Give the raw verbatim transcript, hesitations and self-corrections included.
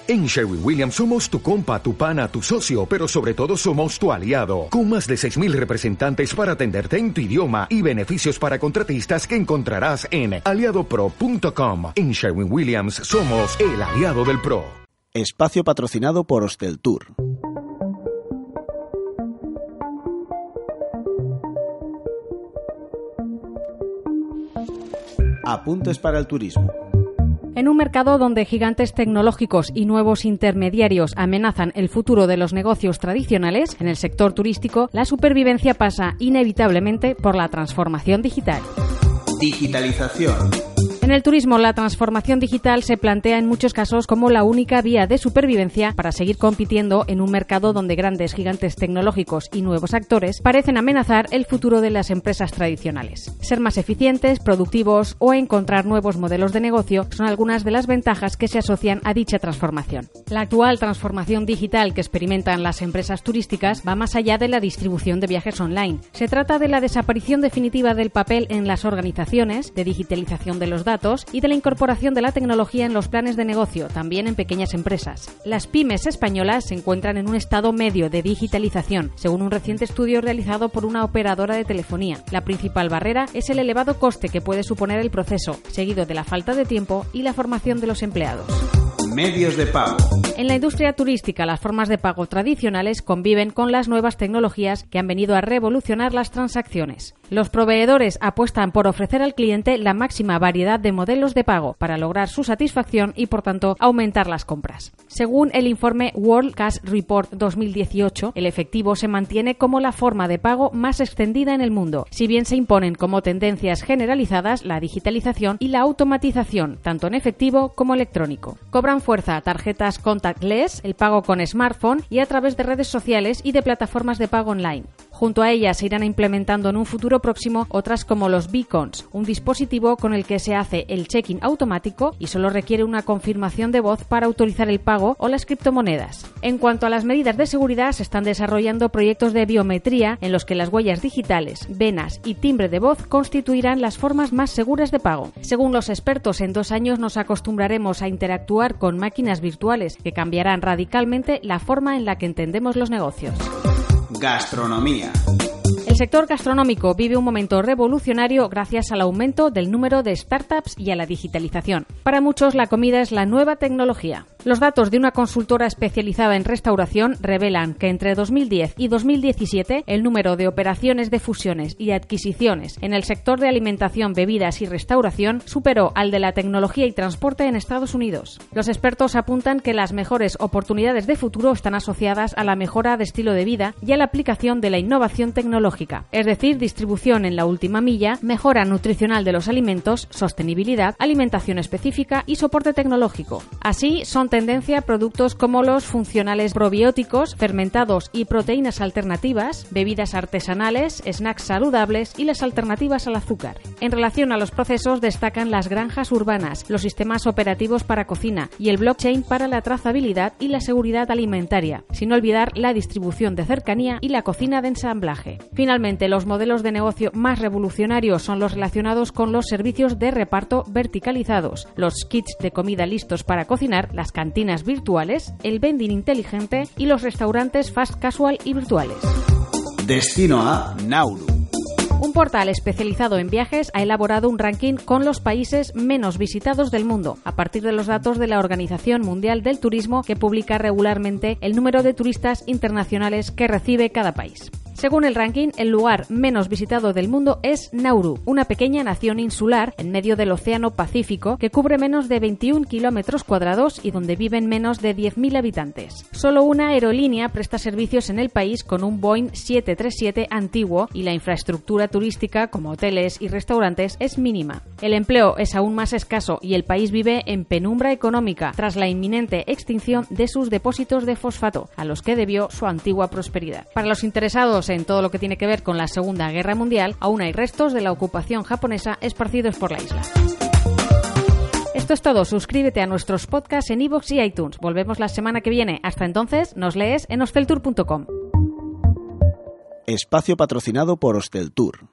En Sherwin-Williams somos tu compa, tu pana, tu socio, pero sobre todo somos tu aliado, con más de seis mil representantes para atenderte en tu idioma y beneficios para contratistas que encontrarás en aliado pro punto com. En Sherwin-Williams somos el aliado del pro. Espacio patrocinado por Hosteltour. Apuntes para el turismo. En un mercado donde gigantes tecnológicos y nuevos intermediarios amenazan el futuro de los negocios tradicionales, en el sector turístico, la supervivencia pasa inevitablemente por la transformación digital. Digitalización. En el turismo, la transformación digital se plantea en muchos casos como la única vía de supervivencia para seguir compitiendo en un mercado donde grandes gigantes tecnológicos y nuevos actores parecen amenazar el futuro de las empresas tradicionales. Ser más eficientes, productivos o encontrar nuevos modelos de negocio son algunas de las ventajas que se asocian a dicha transformación. La actual transformación digital que experimentan las empresas turísticas va más allá de la distribución de viajes online. Se trata de la desaparición definitiva del papel en las organizaciones, de digitalización de los datos, y de la incorporación de la tecnología en los planes de negocio, también en pequeñas empresas. Las pymes españolas se encuentran en un estado medio de digitalización, según un reciente estudio realizado por una operadora de telefonía. La principal barrera es el elevado coste que puede suponer el proceso, seguido de la falta de tiempo y la formación de los empleados. Medios de pago. En la industria turística, las formas de pago tradicionales conviven con las nuevas tecnologías que han venido a revolucionar las transacciones. Los proveedores apuestan por ofrecer al cliente la máxima variedad de modelos de pago para lograr su satisfacción y, por tanto, aumentar las compras. Según el informe World Cash Report dos mil dieciocho, el efectivo se mantiene como la forma de pago más extendida en el mundo, si bien se imponen como tendencias generalizadas la digitalización y la automatización, tanto en efectivo como electrónico. Cobran fuerza tarjetas contactless, el pago con smartphone y a través de redes sociales y de plataformas de pago online. Junto a ellas se irán implementando en un futuro próximo otras como los beacons, un dispositivo con el que se hace el check-in automático y solo requiere una confirmación de voz para autorizar el pago, o las criptomonedas. En cuanto a las medidas de seguridad, se están desarrollando proyectos de biometría en los que las huellas digitales, venas y timbre de voz constituirán las formas más seguras de pago. Según los expertos, en dos años nos acostumbraremos a interactuar con máquinas virtuales que cambiarán radicalmente la forma en la que entendemos los negocios. Gastronomía. El sector gastronómico vive un momento revolucionario gracias al aumento del número de startups y a la digitalización. Para muchos, la comida es la nueva tecnología. Los datos de una consultora especializada en restauración revelan que entre dos mil diez y dos mil diecisiete el número de operaciones de fusiones y adquisiciones en el sector de alimentación, bebidas y restauración superó al de la tecnología y transporte en Estados Unidos. Los expertos apuntan que las mejores oportunidades de futuro están asociadas a la mejora de estilo de vida y a la aplicación de la innovación tecnológica, es decir, distribución en la última milla, mejora nutricional de los alimentos, sostenibilidad, alimentación específica y soporte tecnológico. Así, son tendencia productos como los funcionales probióticos, fermentados y proteínas alternativas, bebidas artesanales, snacks saludables y las alternativas al azúcar. En relación a los procesos, destacan las granjas urbanas, los sistemas operativos para cocina y el blockchain para la trazabilidad y la seguridad alimentaria, sin olvidar la distribución de cercanía y la cocina de ensamblaje. Finalmente, los modelos de negocio más revolucionarios son los relacionados con los servicios de reparto verticalizados, los kits de comida listos para cocinar, las cantinas virtuales, el vending inteligente y los restaurantes fast casual y virtuales. Destino a Nauru. Un portal especializado en viajes ha elaborado un ranking con los países menos visitados del mundo, a partir de los datos de la Organización Mundial del Turismo, que publica regularmente el número de turistas internacionales que recibe cada país. Según el ranking, el lugar menos visitado del mundo es Nauru, una pequeña nación insular en medio del Océano Pacífico que cubre menos de veintiún kilómetros cuadrados y donde viven menos de diez mil habitantes. Solo una aerolínea presta servicios en el país con un Boeing siete treinta y siete antiguo y la infraestructura turística, como hoteles y restaurantes, es mínima. El empleo es aún más escaso y el país vive en penumbra económica tras la inminente extinción de sus depósitos de fosfato, a los que debió su antigua prosperidad. Para los interesados en todo lo que tiene que ver con la Segunda Guerra Mundial, aún hay restos de la ocupación japonesa esparcidos por la isla. Esto es todo. Suscríbete a nuestros podcasts en iVoox y iTunes. Volvemos la semana que viene. Hasta entonces, nos lees en hosteltour punto com. Espacio patrocinado por Hosteltour.